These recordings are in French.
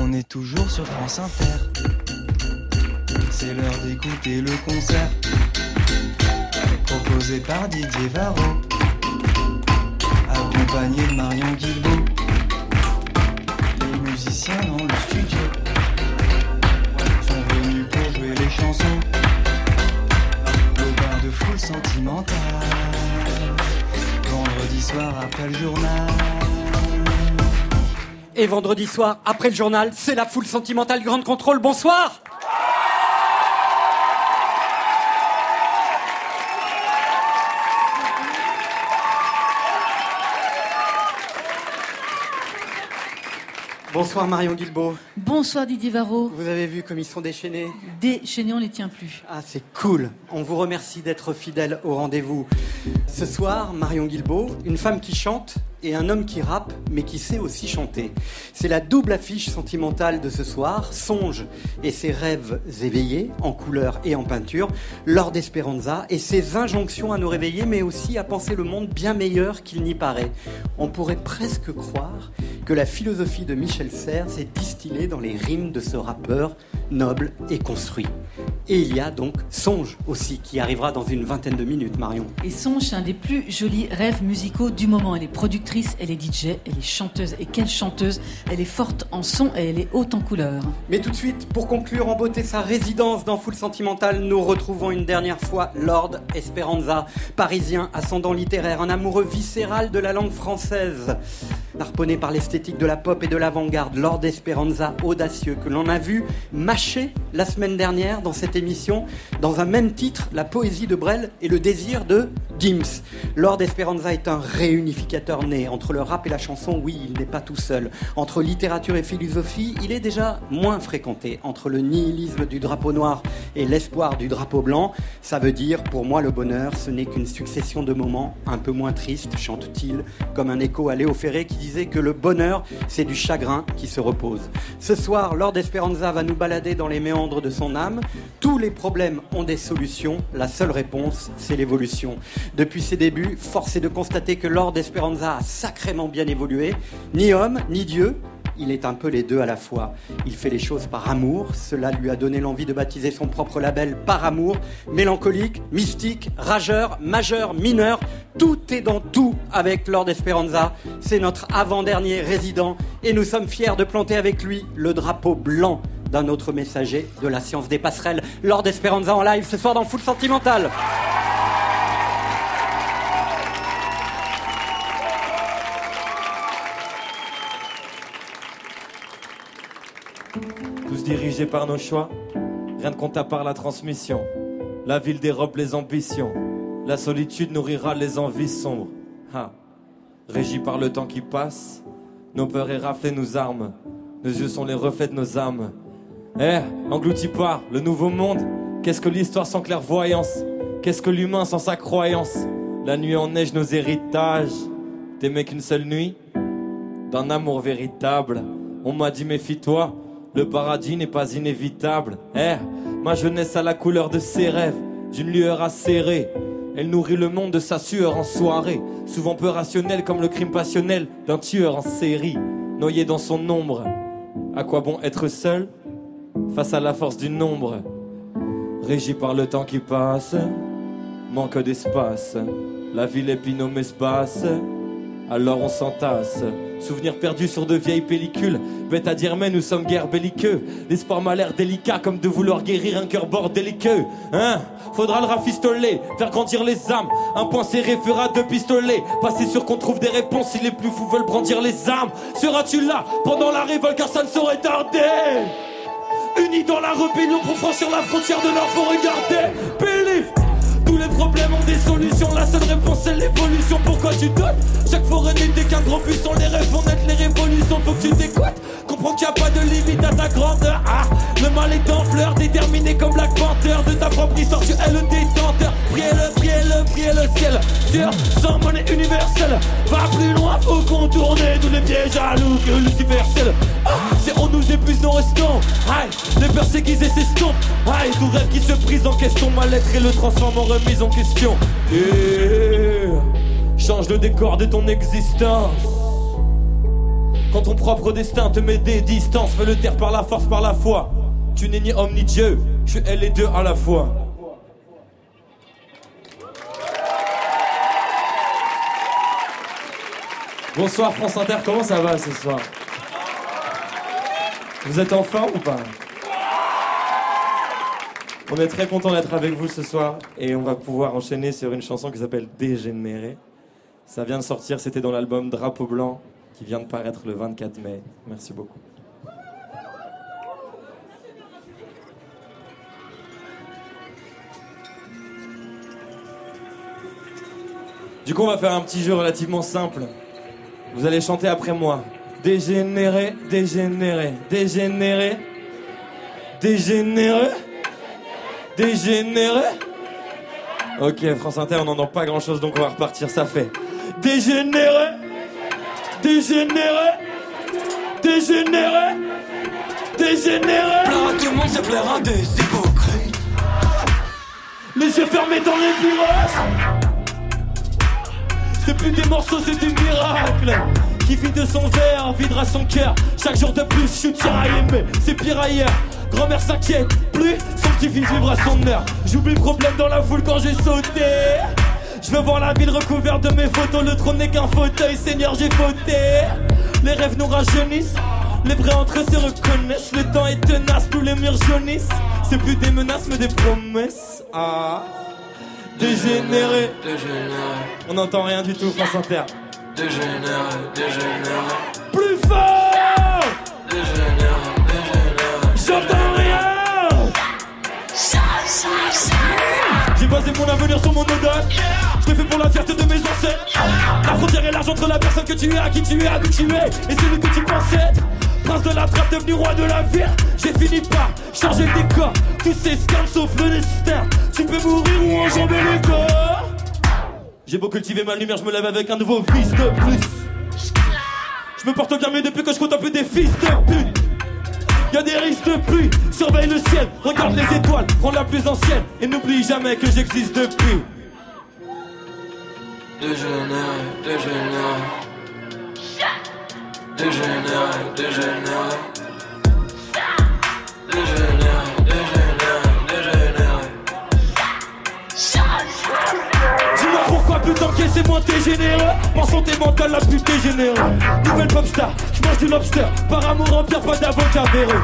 On est toujours sur France Inter. C'est l'heure d'écouter le concert proposé par Didier Varro, accompagné de Marion Guilbault. Les musiciens dans le studio sont venus pour jouer les chansons. Le bain de foule sentimentale, vendredi soir après le journal. Et vendredi soir, après le journal, c'est la foule sentimentale Grande Contrôle. Bonsoir. Bonsoir Marion Guilbault. Bonsoir Didier Varro. Vous avez vu comme ils sont déchaînés ? Déchaînés, on les tient plus. Ah, c'est cool. On vous remercie d'être fidèle au rendez-vous. Ce soir, Marion Guilbault, une femme qui chante et un homme qui rappe, mais qui sait aussi chanter. C'est la double affiche sentimentale de ce soir, Songe et ses rêves éveillés, en couleur et en peinture, Lord Esperanza et ses injonctions à nous réveiller, mais aussi à penser le monde bien meilleur qu'il n'y paraît. On pourrait presque croire que la philosophie de Michel Serres s'est distillée dans les rimes de ce rappeur noble et construit. Et il y a donc Songe aussi, qui arrivera dans une vingtaine de minutes, Marion. Et Songe, c'est un des plus jolis rêves musicaux du moment. Elle est productrice, elle est DJ, elle est chanteuse. Et quelle chanteuse! Elle est forte en son et elle est haute en couleur. Mais tout de suite, pour conclure en beauté sa résidence dans Foule Sentimentale, nous retrouvons une dernière fois Lord Esperanza, parisien, ascendant littéraire, un amoureux viscéral de la langue française. Harponné par l'esthétique de la pop et de l'avant-garde, Lord Esperanza audacieux, que l'on a vu mâcher la semaine dernière dans cette émission, dans un même titre, la poésie de Brel et le désir de Gims. Lord Esperanza est un réunificateur né. Entre le rap et la chanson, oui, il n'est pas tout seul. Entre littérature et philosophie, il est déjà moins fréquenté. Entre le nihilisme du drapeau noir et l'espoir du drapeau blanc, ça veut dire, pour moi, le bonheur, ce n'est qu'une succession de moments un peu moins tristes, chante-t-il, comme un écho à Léo Ferré qui disait que le bonheur, c'est du chagrin qui se repose. Ce soir, Lord Esperanza va nous balader dans les méandres de son âme. Tous les problèmes ont des solutions. La seule réponse, c'est l'évolution. Depuis ses débuts, force est de constater que Lord Esperanza a sacrément bien évolué. Ni homme, ni Dieu, il est un peu les deux à la fois. Il fait les choses par amour, cela lui a donné l'envie de baptiser son propre label Par Amour. Mélancolique, mystique, rageur, majeur, mineur, tout est dans tout avec Lord Esperanza. C'est notre avant-dernier résident et nous sommes fiers de planter avec lui le drapeau blanc d'un autre messager de la science des passerelles. Lord Esperanza en live ce soir dans Foule Sentimentale. Tous dirigés par nos choix, rien ne compte à part la transmission. La ville dérobe les ambitions, la solitude nourrira les envies sombres. Régis par le temps qui passe, nos peurs éraflent nos armes, nos yeux sont les reflets de nos âmes. Englouti par le nouveau monde, qu'est-ce que l'histoire sans clairvoyance? Qu'est-ce que l'humain sans sa croyance? La nuit enneige nos héritages, t'aimais qu'une seule nuit, d'un amour véritable. On m'a dit méfie-toi, le paradis n'est pas inévitable. Ma jeunesse a la couleur de ses rêves, d'une lueur acérée. Elle nourrit le monde de sa sueur en soirée, souvent peu rationnelle comme le crime passionnel d'un tueur en série, noyé dans son ombre. À quoi bon être seul face à la force du nombre? Régi par le temps qui passe, manque d'espace. La ville est binôme espace, alors on s'entasse. Souvenirs perdus sur de vieilles pellicules. Bête à dire mais nous sommes guère belliqueux. L'espoir m'a l'air délicat comme de vouloir guérir un cœur bordéliqueux. Faudra le rafistoler, faire grandir les âmes. Un point serré fera 2 pistolets. Pas si sûr qu'on trouve des réponses si les plus fous veulent brandir les armes. Seras-tu là pendant la révolte car ça ne saurait tarder? Unis dans la rébellion pour franchir la frontière de leur faut regarder. Believe. Tous les problèmes ont des solutions, la seule réponse c'est l'évolution. Pourquoi tu donnes? Chaque forêt n'était qu'un gros buisson. Les rêves vont naître, les révolutions, faut que tu t'écoutes. Comprends qu'il n'y a pas de limite à ta grandeur. Le mal est en fleur, déterminé comme Black Panther. De ta propre histoire, tu es le détenteur. Priez le ciel sur sans monnaie universelle. Va plus loin, faut contourner tous les pièges jaloux que Lucifer scelle. C'est on nous épuise, nous restons. Les peurs s'aiguisent s'estompent. Tout rêve qui se brise en question, ma lettre et le transforme en remise en question. Change le décor de ton existence. Quand ton propre destin te met des distances, fais le taire par la force, par la foi. Tu n'es ni homme ni Dieu, je suis elle et deux à la fois. Bonsoir France Inter, comment ça va ce soir? Vous êtes en forme ou pas? On est très content d'être avec vous ce soir et on va pouvoir enchaîner sur une chanson qui s'appelle Dégénéré. Ça vient de sortir, c'était dans l'album Drapeau Blanc qui vient de paraître le 24 mai. Merci beaucoup. Du coup, on va faire un petit jeu relativement simple. Vous allez chanter après moi. Dégénéré, dégénéré, dégénéré, dégénéré, dégénéré. Ok, France Inter, on n'entend pas grand chose donc on va repartir, ça fait. Dégénéré, dégénéré, dégénéré, dégénéré. Plaira tout le monde, ça plaira des hypocrites. Les yeux fermés dans les virages. C'est plus des morceaux, c'est des miracles. Qui vide de son verre, videra son cœur. Chaque jour de plus, je suis tiraillé, mais c'est pire ailleurs. Grand-mère s'inquiète, plus son petit-fils vivra son heure. J'oublie le problème dans la foule quand j'ai sauté. Je veux voir la ville recouverte de mes photos. Le trône n'est qu'un fauteuil, Seigneur, j'ai fauté. Les rêves nous rajeunissent, les vrais entre eux se reconnaissent. Le temps est tenace, tous les murs jaunissent. C'est plus des menaces, mais des promesses. Ah, dégénéré, Dégénéré, on n'entend rien du tout, France Inter. dégénéré, dégénéré, Plus fort, dégénéré, dégénéré. j'entends rien. J'ai basé mon avenir sur mon audace. Je l'ai fait pour la fierté de mes ancêtres. La frontière est large entre la personne que tu es, à qui tu es habitué, et celui que tu pensais être. Prince de la trappe, devenu roi de la ville. J'ai fini par changer le décor. Tous ces scams sauf le destin. Tu peux mourir ou enjamber les corps. J'ai beau cultiver ma lumière, je me lève avec un nouveau vice de plus. Je me porte bien mieux depuis que je contemple des fils de pute. Y'a des risques de pluie, surveille le ciel, regarde les étoiles, prends la plus ancienne et n'oublie jamais que j'existe depuis. Dégénéré, dégénéré, dégénéré, dégénéré, dégénéré, dégénéré, Dis-moi pourquoi plus t'encaisser moins t'es généreux. En santé mentale la plus t'es généreux. Nouvelle pop star, j'mange du lobster. Par amour en pierre, pas d'avocat véreux.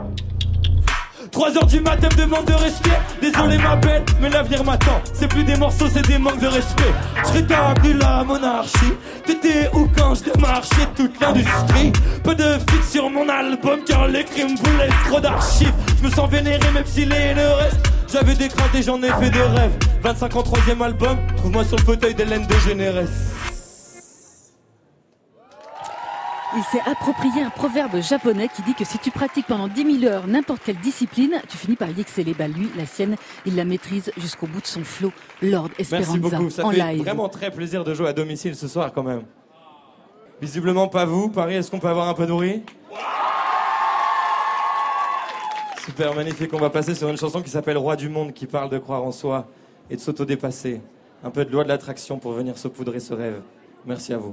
3h du matin me demande de rester. Désolé ma belle, mais l'avenir m'attend. C'est plus des morceaux, c'est des manques de respect. Je rétablis la monarchie. T'étais où quand je démarchais toute l'industrie? Peu de feats sur mon album car les crimes vous laissent trop d'archives. Je me sens vénéré même s'il est le reste. J'avais des craintes et j'en ai fait des rêves. 25 ans, 3ème album. Trouve-moi sur le fauteuil d'Hélène Dégénéresse. Il s'est approprié un proverbe japonais qui dit que si tu pratiques pendant 10 000 heures n'importe quelle discipline, tu finis par y exceller. Bah lui, la sienne, il la maîtrise jusqu'au bout de son flow. Lord Esperanza, Merci beaucoup, ça en fait live. vraiment très plaisir de jouer à domicile ce soir quand même. Visiblement pas vous, Paris, est-ce qu'on peut avoir un peu de bruit? Super, magnifique, on va passer sur une chanson qui s'appelle Roi du Monde, qui parle de croire en soi et de s'autodépasser. Un peu de loi de l'attraction pour venir saupoudrer ce rêve. Merci à vous.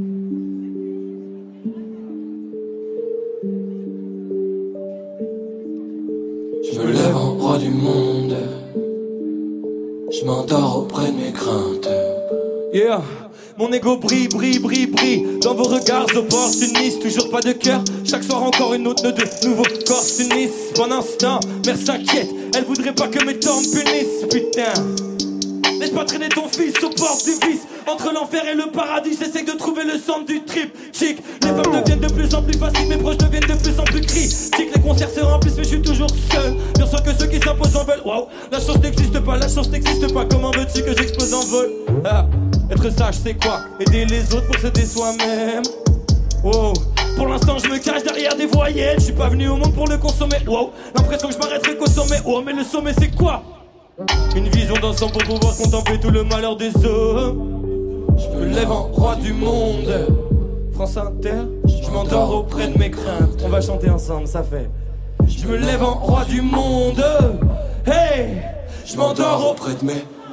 Je me lève en roi du monde. Je m'endors auprès de mes craintes. Yeah, mon ego brille, brille, brille, brille. Dans vos regards opportunistes, toujours pas de cœur. Chaque soir encore une autre de nouveaux corps s'unissent. Bon instant, mère s'inquiète. Elle voudrait pas que mes torts me punissent, putain. Laisse pas traîner ton fils au bord du vice. Entre l'enfer et le paradis, j'essaie de trouver le centre du trip. Chic, les femmes deviennent de plus en plus faciles, mes proches deviennent de plus en plus critiques. Les concerts se remplissent, mais je suis toujours seul. Bien sûr que ceux qui s'imposent en veulent. Waouh, la chance n'existe pas, la chance n'existe pas. Comment veux-tu que j'explose en vol? Ah, être sage, c'est quoi? Aider les autres pour s'aider soi-même. Wow, pour l'instant je me cache derrière des voyelles. Je suis pas venu au monde pour le consommer. Wow, l'impression que je m'arrêterai qu'au sommet. Oh, mais le sommet c'est quoi? Une vision d'ensemble pour pouvoir contempler tout le malheur des hommes. Je me lève en roi du monde. France Inter, je m'endors auprès de mes craintes. On va chanter ensemble, ça fait. Je me lève en roi du monde. Hey, je m'endors auprès de mes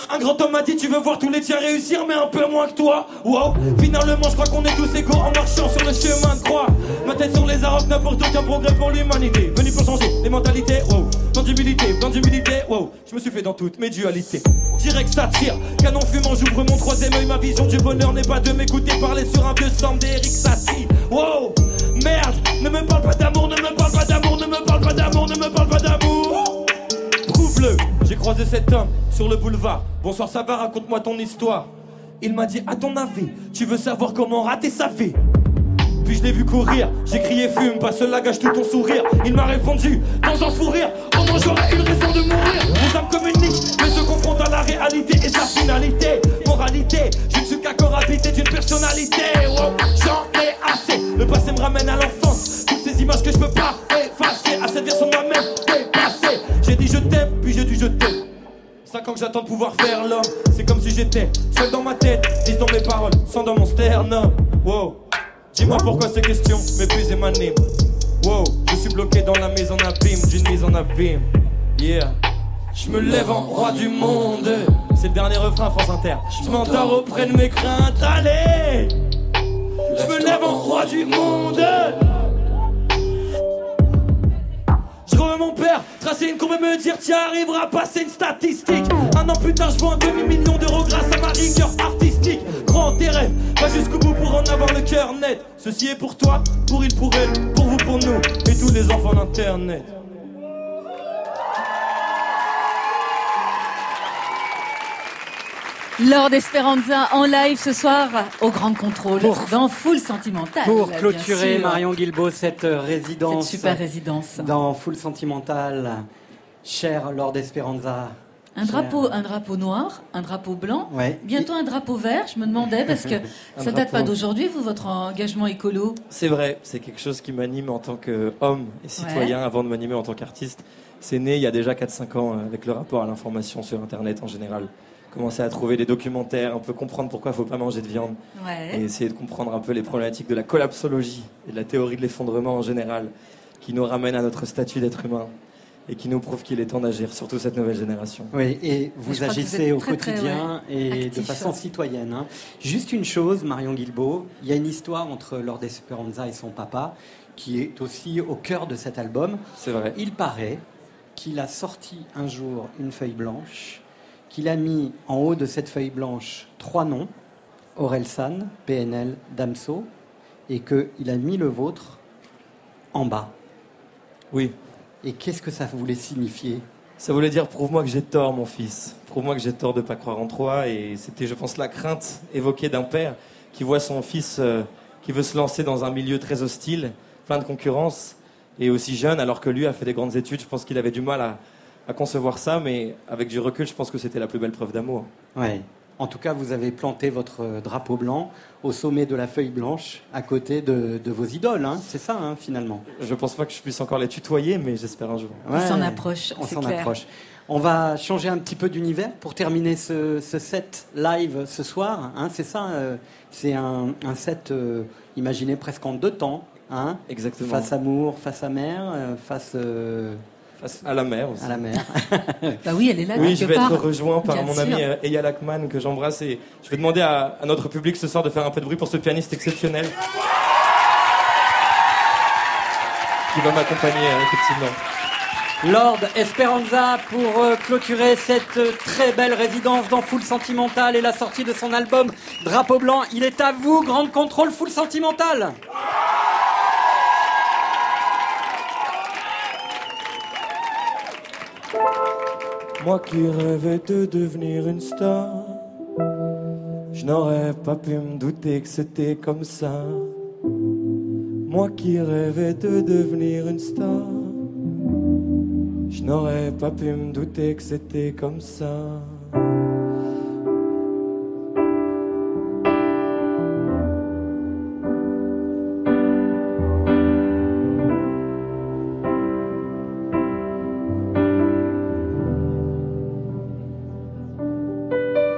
Un grand homme m'a dit tu veux voir tous les tiens réussir mais un peu moins que toi. Wow. Finalement je crois qu'on est tous égaux en marchant sur le chemin de croix. Ma tête sur les Arabes n'apporte aucun progrès pour l'humanité. Venu pour changer les mentalités, wow. Dans d'humilité, wow. Je me suis fait dans toutes mes dualités. Direct ça tire, canon fumant, j'ouvre mon troisième œil. Ma vision du bonheur n'est pas de m'écouter parler sur un vieux sample d'Eric Satie. Wow, merde, ne me parle pas d'amour, ne me parle pas d'amour, ne me parle pas d'amour, ne me parle pas d'amour. Prouve-le, j'ai croisé cet homme sur le boulevard. Bonsoir ça va, raconte-moi ton histoire. Il m'a dit à ton avis, tu veux savoir comment rater sa vie? Puis je l'ai vu courir, j'ai crié fume, pas cela gâche tout ton sourire. Il m'a répondu, dans un fou rire, au moins j'aurais une raison de mourir. Les âmes communiquent, mais se confrontent à la réalité et sa finalité. Moralité, je ne suis qu'un corps habité d'une personnalité. Wow, j'en ai assez, le passé me ramène à l'enfance. Toutes ces images que je peux pas effacer, à cette version de moi-même dépassée. J'ai dit je t'aime, puis j'ai dû je t'aime. 5 ans que j'attends de pouvoir faire l'homme. C'est comme si j'étais seul dans ma tête, lisse dans mes paroles, sans dans mon sternum. Wow. Dis-moi pourquoi ces questions m'épuisent et m'animent. Wow, je suis bloqué dans la mise en abîme, d'une mise en abîme. Yeah. Je me lève en roi du monde. C'est le dernier refrain France Inter. Je m'endors auprès de mes craintes, allez. Je me lève en roi du monde. Je revois mon père tracer une courbe et me dire tiens arriveras à passer une statistique. Un an plus tard je vaux un demi-million d'euros grâce à ma rigueur artistique. Crois en tes rêves, va jusqu'au bout pour en avoir le cœur net. Ceci est pour toi, pour il, pour elle, pour vous, pour nous et tous les enfants d'internet. Lord Esperanza en live ce soir au Grand Contrôle dans Full Sentimental. Pour clôturer Marion Guilbault cette résidence. Cette super résidence. Dans Full Sentimental, cher Lord Esperanza. Un drapeau noir, un drapeau blanc, ouais. Bientôt un drapeau vert, je me demandais, parce que ça date pas d'aujourd'hui, votre engagement écolo. C'est vrai, c'est quelque chose qui m'anime en tant qu'homme et citoyen avant de m'animer en tant qu'artiste. C'est né il y a déjà 4-5 ans avec le rapport à l'information sur Internet en général. Commencer à trouver des documentaires, un peu comprendre pourquoi il ne faut pas manger de viande et essayer de comprendre un peu les problématiques de la collapsologie et de la théorie de l'effondrement en général qui nous ramène à notre statut d'être humain et qui nous prouve qu'il est temps d'agir, surtout cette nouvelle génération. Oui, et vous agissez au quotidien et actif, de façon citoyenne. Hein. Juste une chose, Marion Guilbault, il y a une histoire entre Lord Esperanza et son papa qui est aussi au cœur de cet album. C'est vrai. Il paraît qu'il a sorti un jour une feuille blanche, qu'il a mis en haut de cette feuille blanche 3 noms, Orelsan, PNL, Damso, et qu'il a mis le vôtre en bas. Oui. Et qu'est-ce que ça voulait signifier ? Ça voulait dire prouve-moi que j'ai tort, mon fils. Prouve-moi que j'ai tort de ne pas croire en toi. Et c'était, je pense, la crainte évoquée d'un père qui voit son fils qui veut se lancer dans un milieu très hostile, plein de concurrence, et aussi jeune, alors que lui a fait des grandes études. Je pense qu'il avait du mal à concevoir ça, mais avec du recul, je pense que c'était la plus belle preuve d'amour. Ouais. En tout cas, vous avez planté votre drapeau blanc au sommet de la feuille blanche, à côté de vos idoles. Hein. C'est ça, hein, finalement. Je pense pas que je puisse encore les tutoyer, mais j'espère un jour. Ouais, on s'en approche, on c'est s'en clair. approche. On va changer un petit peu d'univers pour terminer ce set live ce soir. Hein, c'est ça, c'est un set imaginé presque en 2 temps. Hein, exactement. Face amour, face à mer, face à la mer aussi. À la mer. Bah oui, elle est là. Oui, je vais être rejoint par Bien mon sûr. ami Eyal Akman que j'embrasse et je vais demander à notre public ce soir de faire un peu de bruit pour ce pianiste exceptionnel qui va m'accompagner effectivement. Lord Esperanza pour clôturer cette très belle résidence dans Full Sentimental et la sortie de son album Drapeau Blanc. Il est à vous, Grand Contrôle Full Sentimental. Moi qui rêvais de devenir une star, je n'aurais pas pu me douter que c'était comme ça. Moi qui rêvais de devenir une star, je n'aurais pas pu me douter que c'était comme ça.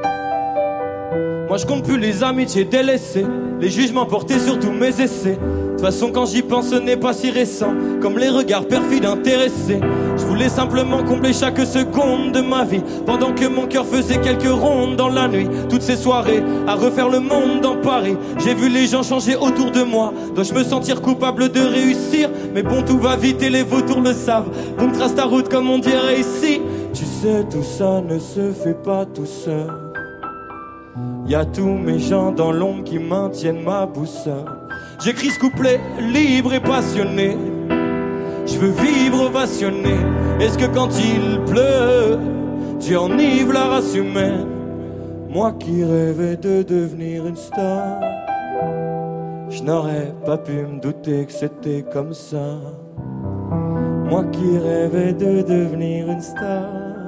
Moi je compte plus les amitiés délaissées, les jugements portés sur tous mes essais. De toute façon quand j'y pense ce n'est pas si récent, comme les regards perfides intéressés. Je voulais simplement combler chaque seconde de ma vie, pendant que mon cœur faisait quelques rondes dans la nuit. Toutes ces soirées à refaire le monde dans Paris, j'ai vu les gens changer autour de moi. Dois-je me sentir coupable de réussir? Mais bon, tout va vite et les vautours le savent. Donc trace ta route comme on dirait ici. Tu sais, tout ça ne se fait pas tout seul. Y'a tous mes gens dans l'ombre qui maintiennent ma boussole. J'écris ce couplet libre et passionné. Je veux vivre ovationné. Est-ce que quand il pleut, tu enivres la race humaine? Moi qui rêvais de devenir une star, je n'aurais pas pu me douter que c'était comme ça. Moi qui rêvais de devenir une star,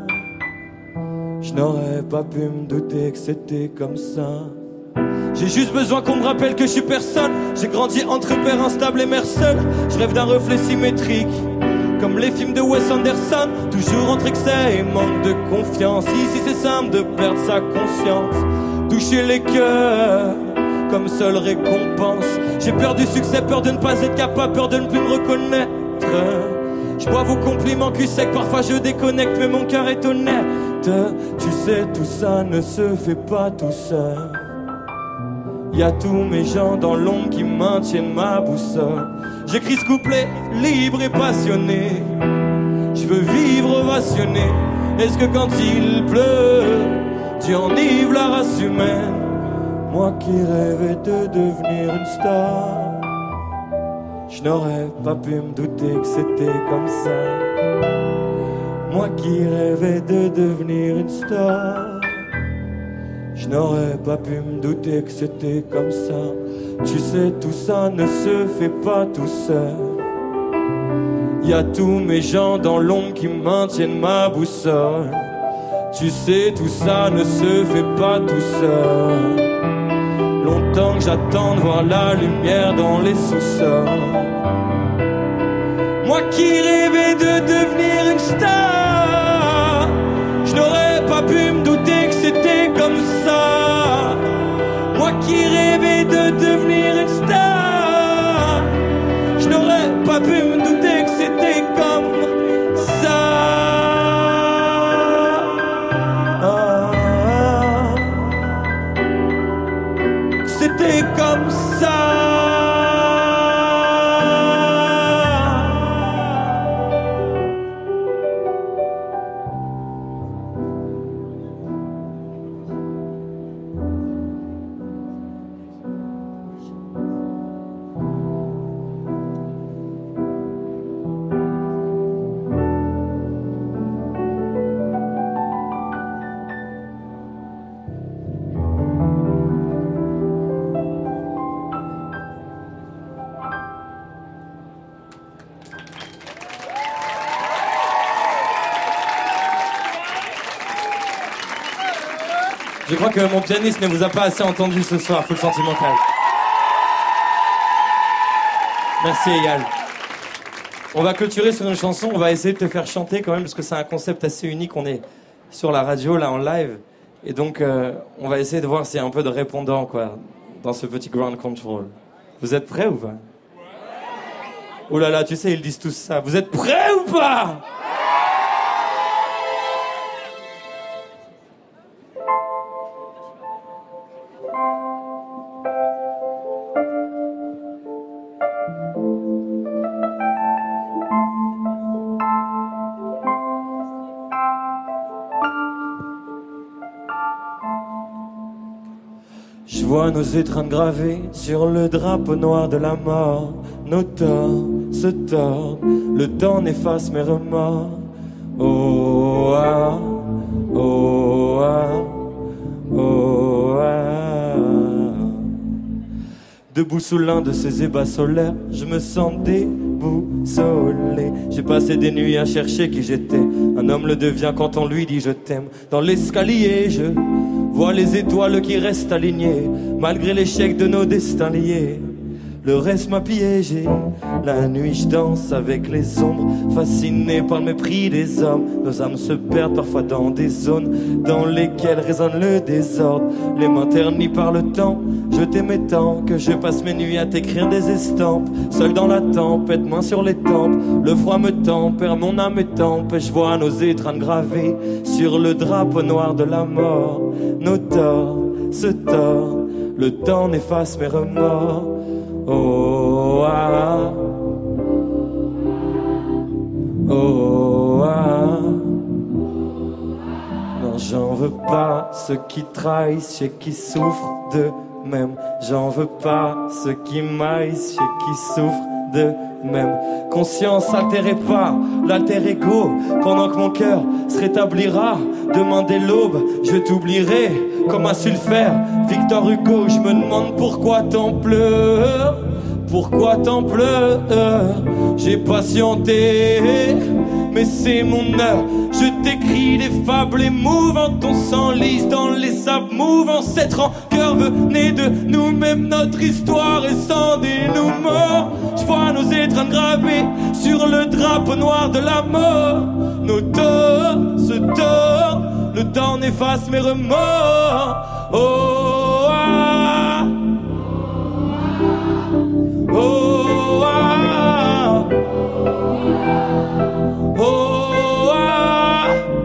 je n'aurais pas pu me douter que c'était comme ça. J'ai juste besoin qu'on me rappelle que je suis personne. J'ai grandi entre père instable et mère seule. Je rêve d'un reflet symétrique, comme les films de Wes Anderson. Toujours entre excès et manque de confiance. Ici c'est simple de perdre sa conscience. Toucher les cœurs comme seule récompense. J'ai peur du succès, peur de ne pas être capable, peur de ne plus me reconnaître. Je bois vos compliments cul sec, parfois je déconnecte, mais mon cœur est honnête. Tu sais, tout ça ne se fait pas tout seul. Y'a tous mes gens dans l'ombre qui maintiennent ma boussole. J'écris ce couplet libre et passionné. Je veux vivre ovationné. Est-ce que quand il pleut, tu enivres la race humaine? Moi qui rêvais de devenir une star, je n'aurais pas pu me douter que c'était comme ça. Moi qui rêvais de devenir une star, je n'aurais pas pu me douter que c'était comme ça. Tu sais, tout ça ne se fait pas tout seul. Y'a tous mes gens dans l'ombre qui maintiennent ma boussole. Tu sais, tout ça ne se fait pas tout seul. Longtemps que j'attends de voir la lumière dans les sous-sols. Moi qui rêvais de devenir une star, je n'aurais pas pu me douter que c'était comme ça. Moi qui rêvais de devenir une star, je n'aurais pas pu me douter que c'était comme ça. C'était comme ça. Je crois que mon pianiste ne vous a pas assez entendu ce soir, Full Sentimental. Merci Eyal. On va clôturer sur une chanson, on va essayer de te faire chanter quand même, parce que c'est un concept assez unique, on est sur la radio, là, en live. Et donc, on va essayer de voir s'il y a un peu de répondant, quoi, dans ce petit ground control. Vous êtes prêts ou pas? Oh là là, tu sais, ils disent tous ça. Vous êtes prêts ou pas? Je vois nos étreintes gravées sur le drapeau noir de la mort. Nos torts se tordent, le temps n'efface mes remords. Oh ah, oh ah, oh ah. Debout sous l'un de ces ébats solaires, je me sens déboussolé. J'ai passé des nuits à chercher qui j'étais. Un homme le devient quand on lui dit je t'aime. Dans l'escalier, je vois les étoiles qui restent alignées, malgré l'échec de nos destins liés. le reste m'a piégé. La nuit je danse avec les ombres, fasciné par le mépris des hommes. Nos âmes se perdent parfois dans des zones dans lesquelles résonne le désordre. Les mains ternies par le temps, je t'aimais tant que je passe mes nuits à t'écrire des estampes. Seul dans la tempête, main sur les tempes, le froid me tempère, mon âme est tempe. Et je vois nos étreintes gravées sur le drapeau noir de la mort. Nos torts se tordent, le temps n'efface mes remords. Oh ah, oh ah. Non, j'en veux pas ceux qui trahissent et qui souffrent d'eux-mêmes. J'en veux pas ceux qui maïssent et qui souffrent d'eux-mêmes. Conscience altérée par l'alter ego, pendant que mon cœur se rétablira. Demain dès l'aube, je t'oublierai comme a su le faire Victor Hugo. Je me demande pourquoi t'en pleures, pourquoi t'en pleures. J'ai patienté, mais c'est mon heure. Je t'écris des fables émouvantes, on s'enlise dans les sables mouvants. Cette rancœur venait de nous-mêmes, notre histoire est sans dénouement. Je vois nos étreintes gravées sur le drapeau noir de la mort. Nos torts se tordent, le temps n'efface mes remords. Oh ah, oh ah, oh ah,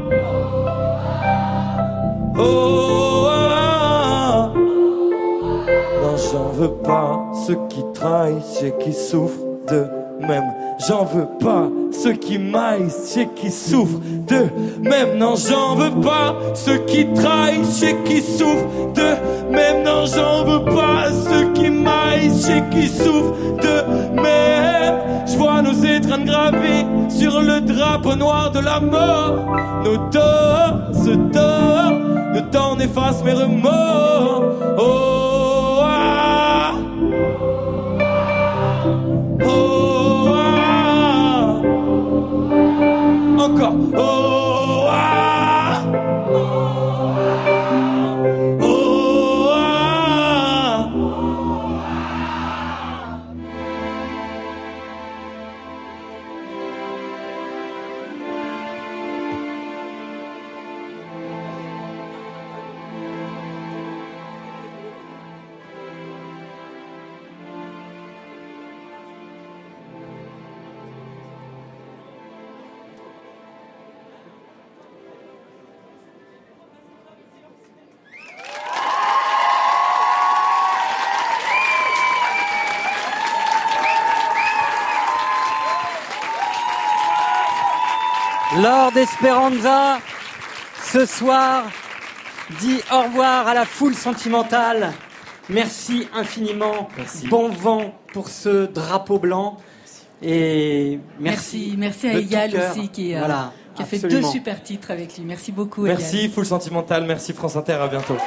oh ah. Non, j'en veux pas ceux qui trahissent et qui souffrent d'eux-mêmes. J'en veux pas ceux qui maïssent et qui souffrent d'eux-mêmes. Non, j'en veux pas ceux qui trahissent et qui souffrent d'eux-mêmes. Non, j'en veux pas ceux qui maïssent et qui souffrent d'eux-mêmes. Je vois nos étreintes gravées sur le drapeau noir de la mort. Nos torts se tordent, le temps n'efface mes remords. Oh ah, oh ah, encore. Oh ah, oh ah. Lord Esperanza, ce soir, dit au revoir à la foule sentimentale. Merci infiniment. Merci. Bon vent pour ce drapeau blanc. Et merci. Merci à de Eyal tout cœur. aussi qui Voilà, a fait absolument. 2 super titres avec lui. Merci beaucoup, Eyal. Merci Foule Sentimentale, merci France Inter, à bientôt.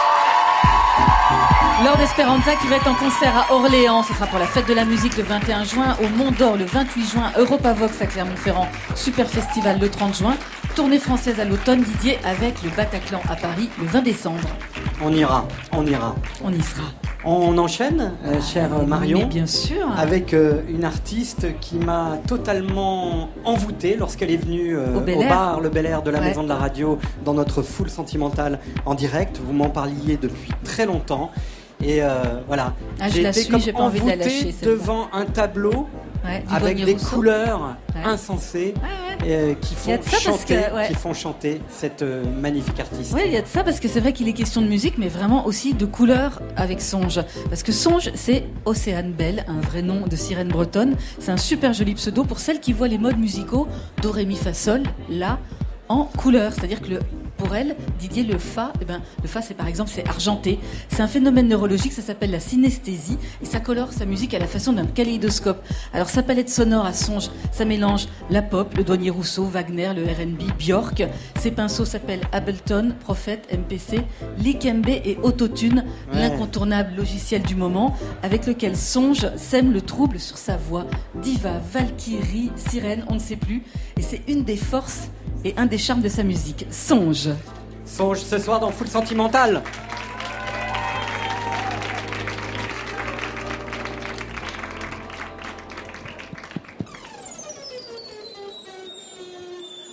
Lord Esperanza qui va être en concert à Orléans. Ce sera pour la fête de la musique le 21 juin, au Mont d'Or le 28 juin, Europavox à Clermont-Ferrand, Super Festival le 30 juin, tournée française à l'automne, Didier, avec le Bataclan à Paris le 20 décembre. On ira, on ira. On y sera. On enchaîne, cher Marion, Mais bien sûr. avec une artiste qui m'a totalement envoûté lorsqu'elle est venue Au au Bel Air. bar Le Bel Air de la Ouais. Maison de la Radio dans notre foule sentimentale en direct. Vous m'en parliez depuis très longtemps. Et voilà, Ah, je j'ai la été suis, comme j'ai pas envie de la envoûté lâcher, celle-là. devant un tableau Ouais, du avec Bonnier des Rousseau. couleurs Ouais. insensées qui Il y a font de ça parce chanter, que, ouais. qui font chanter cette magnifique artiste. Oui, il y a de ça parce que c'est vrai qu'il est question de musique, mais vraiment aussi de couleurs avec Songe. Parce que Songe, c'est Océane Belle, un vrai nom de sirène bretonne. C'est un super joli pseudo pour celles qui voient les modes musicaux do, ré, mi, fa, sol, la, en couleur. C'est-à-dire que pour elle, Didier, le fa, le fa, c'est par exemple, c'est argenté. C'est un phénomène neurologique, ça s'appelle la synesthésie, et ça colore sa musique à la façon d'un kaléidoscope. Alors sa palette sonore à Songe, ça mélange la pop, le Douanier Rousseau, Wagner, le R&B, Björk. Ses pinceaux s'appellent Ableton, Prophet, MPC, Likembe et Autotune, Ouais. l'incontournable logiciel du moment, avec lequel Songe sème le trouble sur sa voix. Diva, Valkyrie, sirène, on ne sait plus. Et c'est une des forces et un des charmes de sa musique. Songe. Songe ce soir dans Foule Sentimentale.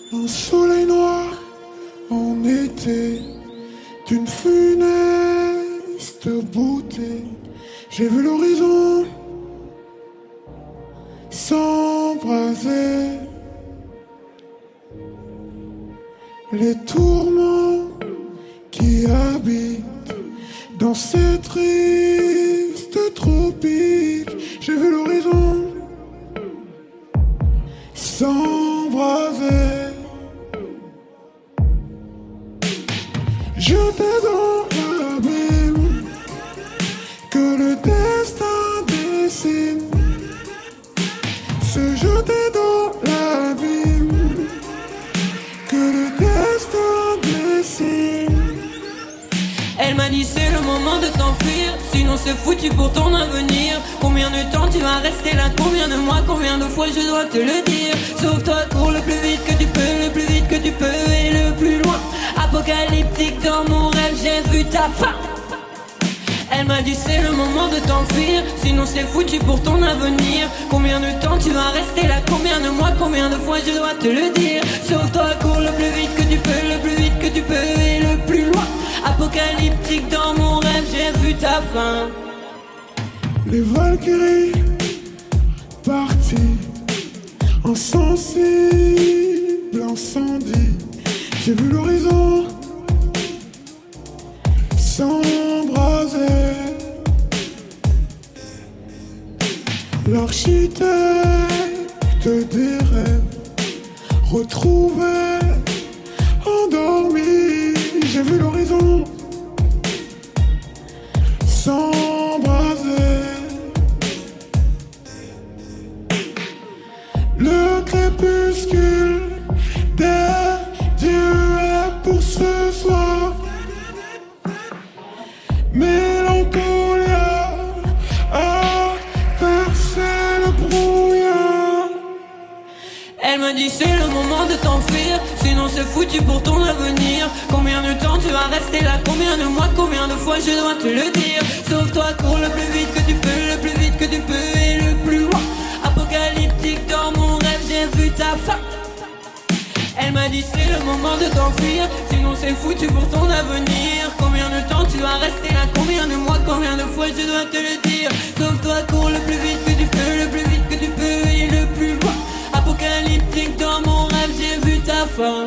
Un soleil noir en été, d'une funeste beauté. J'ai vu l'horizon s'embraser, les tourments qui habitent dans ces tristes tropiques. J'ai vu l'horizon s'embraser. Jeter dans l'abîme que le destin dessine. Se jeter dans l'abîme que le destin dessine. Elle m'a dit c'est le moment de t'enfuir, sinon c'est foutu pour ton avenir. Combien de temps tu vas rester là, combien de mois, combien de fois je dois te le dire. Sauve-toi, cours le plus vite que tu peux, le plus vite que tu peux et le plus loin. Apocalyptique dans mon rêve, j'ai vu ta fin. Elle m'a dit c'est le moment de t'enfuir, sinon c'est foutu pour ton avenir. Combien de temps tu vas rester là, combien de mois, combien de fois je dois te le dire. Sauve-toi, cours le plus vite que tu peux, le plus vite que tu peux et le plus loin. Apocalyptique dans mon rêve, j'ai vu ta fin. Les Valkyries partis, insensible incendie. J'ai vu l'horizon s'embraser. L'architecte des rêves retrouvé endormi. J'ai vu l'horizon s'embraser. Le crépuscule des dieux est pour ce soir. Mélancolia a percé le brouillard. Elle m'a dit c'est le moment de t'enfuir, sinon c'est foutu pour ton avenir. Combien de temps tu vas rester là, combien de mois, combien de fois je dois te le dire. Sauve-toi, cours le plus vite que tu peux, le plus vite que tu peux et le plus loin. Apocalyptique dans mon rêve, j'ai vu ta fin. Elle m'a dit c'est le moment de t'enfuir, sinon c'est foutu pour ton avenir. Combien de temps tu vas rester là, combien de mois, combien de fois je dois te le dire. Sauve-toi, cours le plus vite que tu peux, le plus vite que tu peux et le plus loin. Apocalyptique dans mon rêve, j'ai vu ta fin.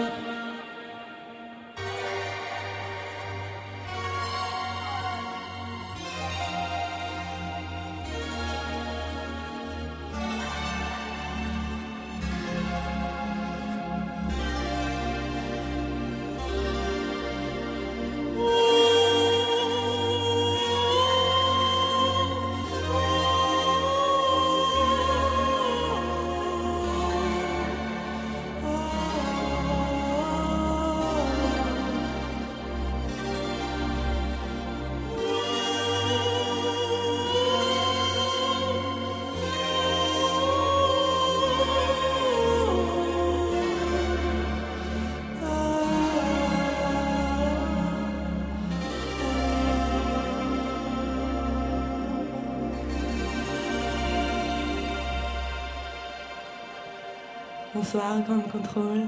Bonsoir, Grand Contrôle.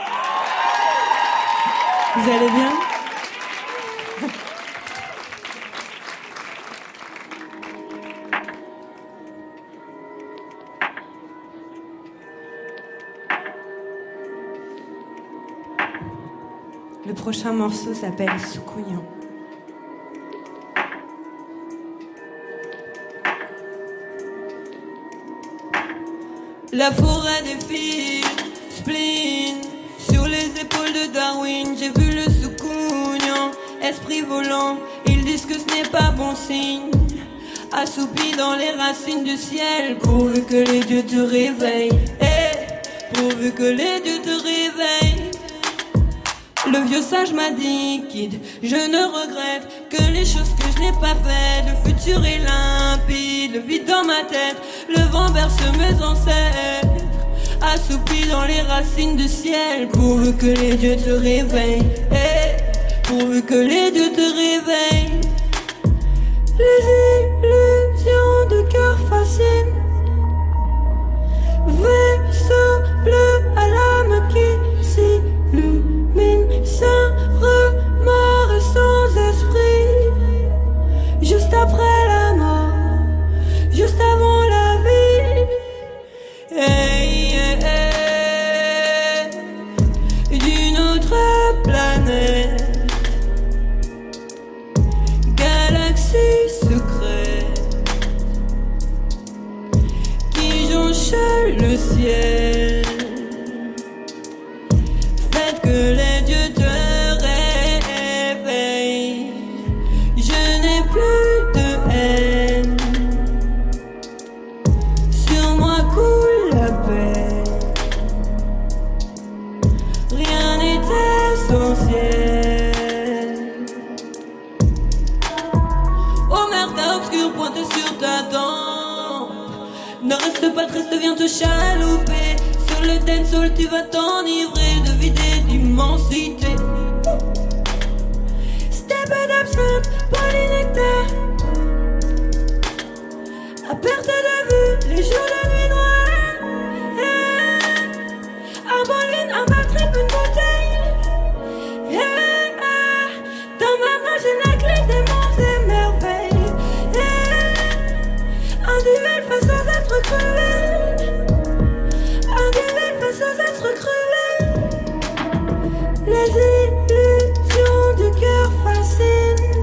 Vous allez bien ? Le prochain morceau s'appelle Soukounian. La forêt défile, spleen, sur les épaules de Darwin, j'ai vu le Soukounian, esprit volant, ils disent que ce n'est pas bon signe. Assoupi dans les racines du ciel, pourvu que les dieux te réveillent, pourvu que les dieux te réveillent. Le vieux sage m'a dit, kid, je ne regrette que les choses que je n'ai pas faites. Le futur est limpide, le vide dans ma tête, le vent berce mes ancêtres. Assoupi dans les racines du ciel, pourvu que les dieux te réveillent, pourvu que les dieux te réveillent. Les illusions de cœur fascinent, vaisseau bleu à l'âme qui s'y ciel. Faites que les dieux te réveillent. Je n'ai plus de haine. Sur moi coule la paix. Rien n'est essentiel. Omerta obscure pointe sur ta tempe. Ne reste pas triste, viens te chalouper. Sur le dancehall tu vas t'enivrer de vider d'immensité. Step it up, simple, polynectar. À perte de vue, les jours de nuit noire. Un boline, un batterie, une bouteille. Dans ma main j'ai la clé des monts et merveilles. Un duel face aux êtres cruels. Un duel face aux êtres cruels. Les illusions du cœur fascinent.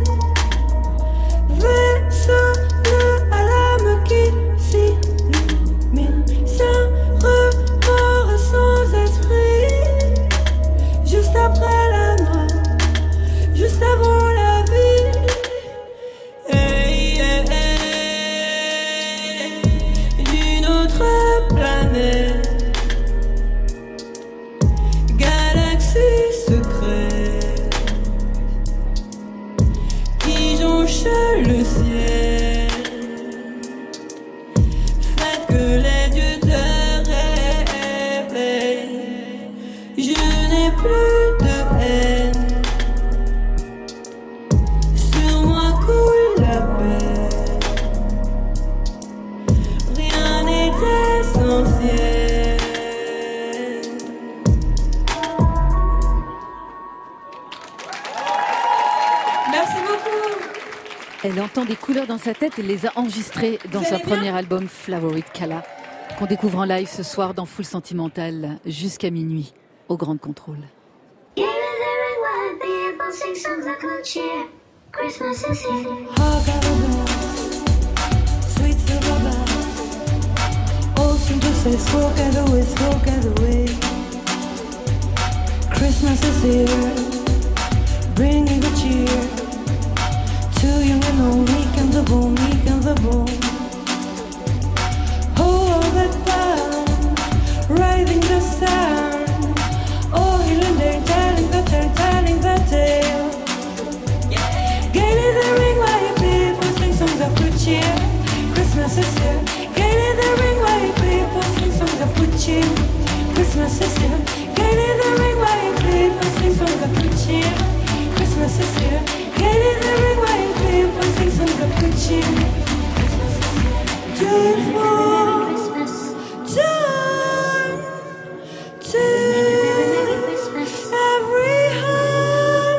Vaisseau à l'âme qui s'illumine. Sans remords et sans esprit. Juste après la mort, juste avant la vie. Hey, hey, hey. D'une autre planète. Galaxie secrète qui jonche le ciel. Faites que les dieux te réveillent. Je n'ai plus de haine. Sur moi coule la paix. Rien n'est essentiel. Merci beaucoup. Elle entend des couleurs dans sa tête et les a enregistrées dans Vous son allez bien premier album Favorite Kala, qu'on découvre en live ce soir dans Full Sentimental jusqu'à minuit au Grand Contrôle. Yeah, there will people sing songs of good cheer. Christmas is here. Hark at the bells, sweet silver bells. All seem to say, smoke it away, smoke it away. Christmas is here, bringing the cheer. To young and old, meek and the bold, meek and the bold. Oh, the clown, riding the sound. Oh, hill and dale, telling the tale, telling the tale. Gaily the ring while you people sing songs of good cheer. Christmas is here. Gaily the ring while you people sing songs of good cheer. Christmas is here. Gaily the ring while you people sing songs of good cheer. Christmas is here. Gaily the ring while you people sing songs of good cheer. Joyful turn to every home.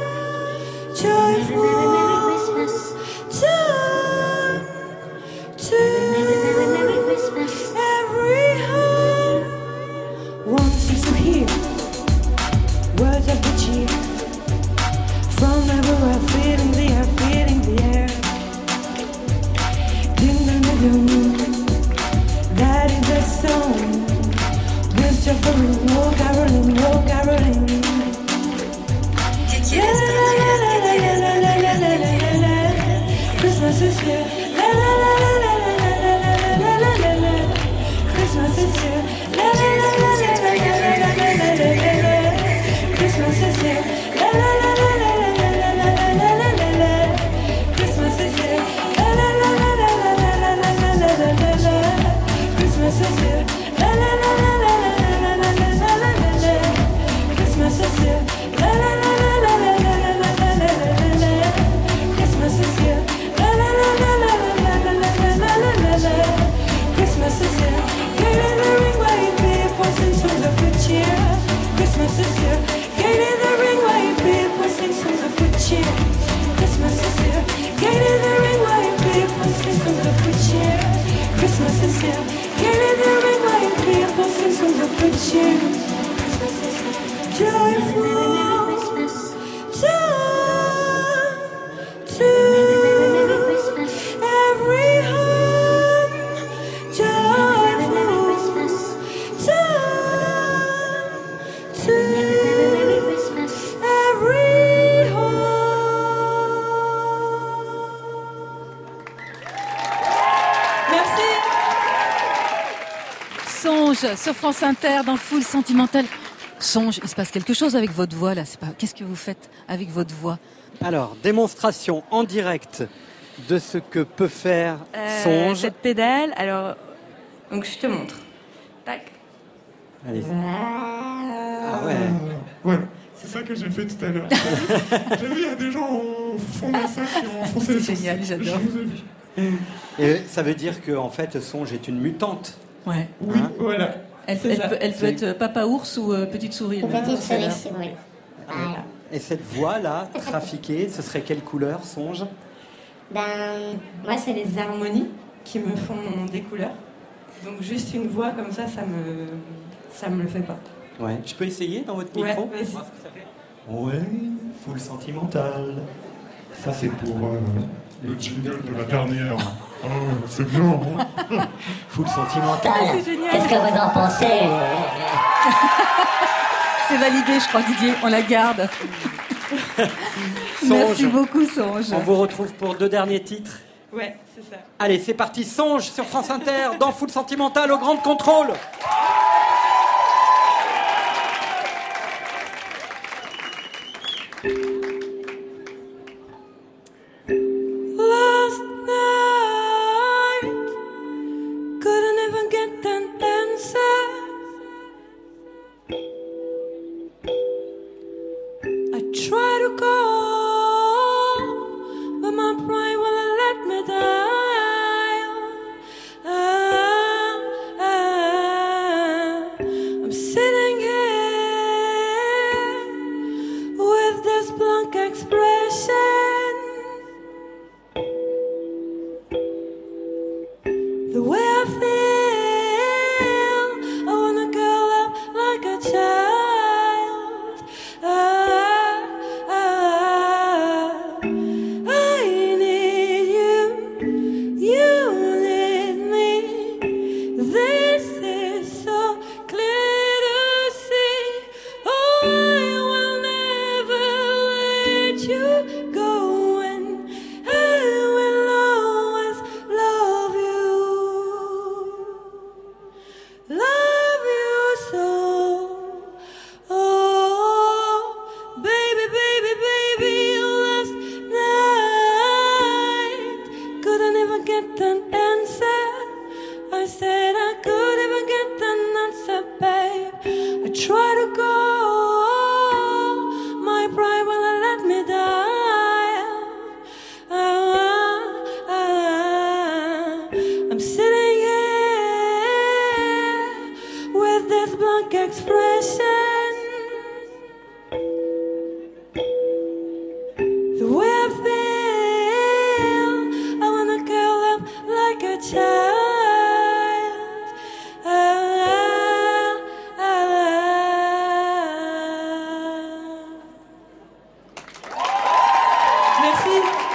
Joyful turn to every home. One seems to hear words of good cheer from everywhere, feeling the air, feeling the air. Ding ding ding ding, that is the song. With Jeffery, oh Caroline, oh Caroline. La la la la la la la la la la la. Christmas is here. La la la la la la la la la la la. Christmas is here. La la la la la la la la la la. Christmas is here. La la la la la la la la la la. Christmas is here. La la la la la la la la la la. Christmas is here. La la la la la la la la la la. Christmas is here. La la la la la la la la la. Christmas is here. La la la la la la la la la. Christmas is here. Get in the ring while you people sing songs of good cheer. Christmas is here. Get in the ring while you people sing songs of good cheer. Christmas is here. Get in the ring while you people sing songs of good cheer. Christmas is here. Get in the ring while you people sing songs of good cheer. Joyful turn to every home. Joyful turn Songe sur France Inter dans Full Sentimental. Songe, il se passe quelque chose avec votre voix là. Qu'est-ce que vous faites avec votre voix? Alors, démonstration en direct de ce que peut faire Songe. Cette pédale, alors, donc je te montre. Tac. Allez. Ah ouais. Ouais, c'est ça que j'ai fait tout à l'heure. J'ai vu, il y a des gens au fond de la salle qui ont enfoncé les C'est génial, sourcils. j'adore. Je vous ai vu. Et ça veut dire que en fait, Songe est une mutante. Ouais. Oui, Hein voilà. Elle C'est ça. peut être papa ours ou petite souris. Ou petite souris, si vous voulez. Voilà. Et cette voix-là, trafiquée, ce serait quelle couleur, Songe? Ben, moi, c'est les harmonies qui me font des couleurs. Donc, juste une voix comme ça me le fait pas. Ouais. Je peux essayer dans votre Ouais, micro? vas-y. Ouais, full sentimental. Ça, c'est pour le jingle de la dernière. Oh, c'est bien, hein. Full sentimental. C'est génial. Qu'est-ce que vous en pensez? C'est validé, je crois, Didier. On la garde. Merci beaucoup, Songe. On vous retrouve pour 2 derniers titres. Ouais, c'est ça. Allez, c'est parti. Songe sur France Inter dans Full Sentimental au Grand Contrôle. Last night, couldn't even get an answer. I tried to call, but my pride won't let me down. I'm sitting here with this blank expression. The way I feel, I wanna curl up like a child. I need you, you need me. This is so clear to see. Oh, I will never let you go, and I will always love you. Love you so. Oh, baby, baby, baby, last night couldn't even get an answer. I said I couldn't even get an answer, babe. I tried to call, my pride won't let me down. I'm sitting here with this blank expression. The way I feel, I wanna curl up like a child. Merci.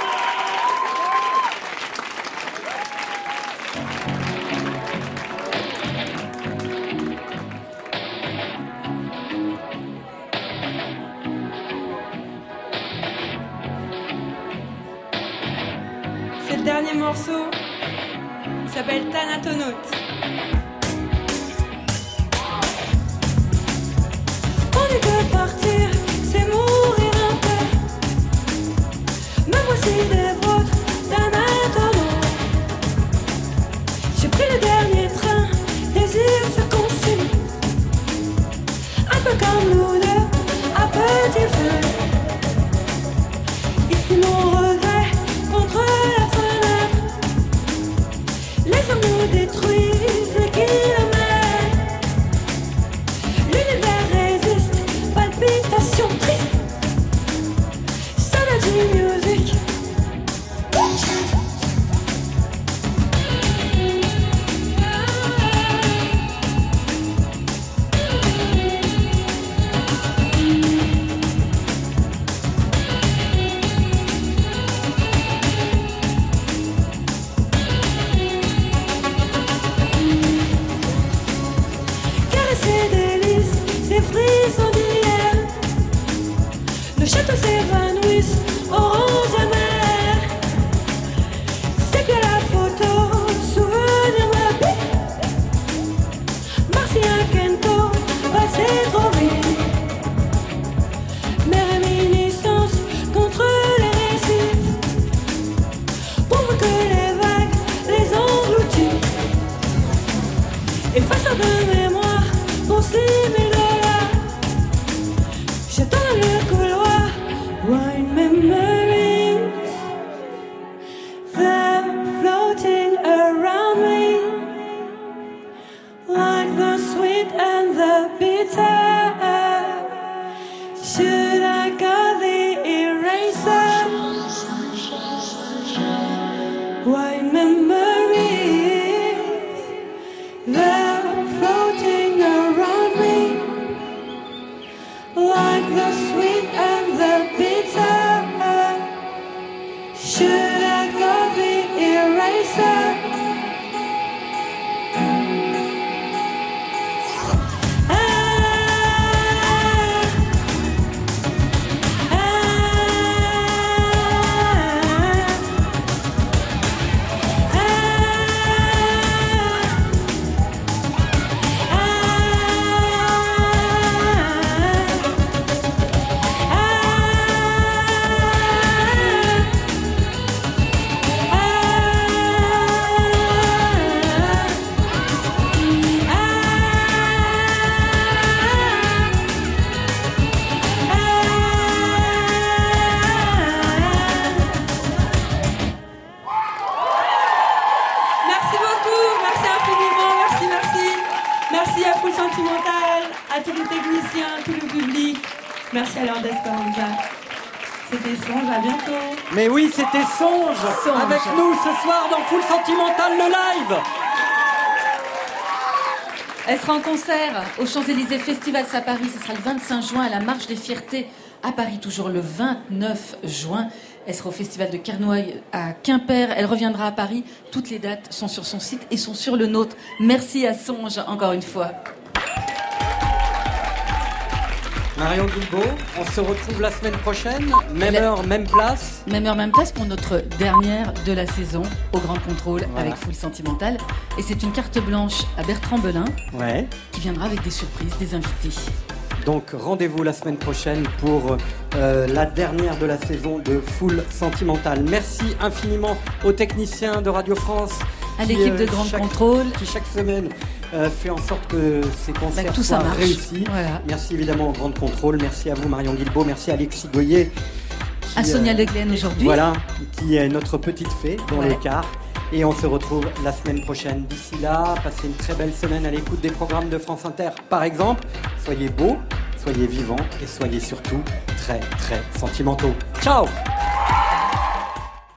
C'est le dernier morceau. Il s'appelle Thanatonaute. On est de partir, c'est mourir un peu. Me voici des vôtres, Thanatonaute. J'ai pris le dernier train, désir se consume. Un peu comme nous deux, à petit feu. Ici mon regret contre la fenêtre. Les hommes nous détruisent les kilomètres. L'univers résiste, palpitation triste. Synergy music. Caresser délices, ces frissons d'hier. Nos châteaux s'évanouissent, orange amer. C'est bien la photo, souvenir de la vie. Marcy à tous les techniciens, tout le public. Merci à Lord Esperanza. C'était Songe, à bientôt. Mais oui, c'était Songe, avec nous ce soir dans Full Sentimental, le live. Elle sera en concert au Champs-Élysées Festivals à Paris. Ce sera le 25 juin à la Marche des Fiertés à Paris, toujours le 29 juin. Elle sera au Festival de Carnoy à Quimper. Elle reviendra à Paris. Toutes les dates sont sur son site et sont sur le nôtre. Merci à Songe encore une fois. Marion Guilbault, on se retrouve la semaine prochaine, même heure, même place. Même heure, même place pour notre dernière de la saison au Grand Contrôle avec Full Sentimental. Et c'est une carte blanche à Bertrand Belin qui viendra avec des surprises, des invités. Donc rendez-vous la semaine prochaine pour la dernière de la saison de Full Sentimental. Merci infiniment aux techniciens de Radio France. À l'équipe de Grand Contrôle. Qui chaque semaine fait en sorte que ces concerts soient réussis. Voilà. Merci évidemment au Grand Contrôle. Merci à vous Marion Guilbault. Merci à Alexis Goyer. À Sonia Le Glen aujourd'hui. Voilà, qui est notre petite fée dans l'écart. Et on se retrouve la semaine prochaine. D'ici là, passez une très belle semaine à l'écoute des programmes de France Inter. Par exemple, soyez beaux, soyez vivants et soyez surtout très très sentimentaux. Ciao!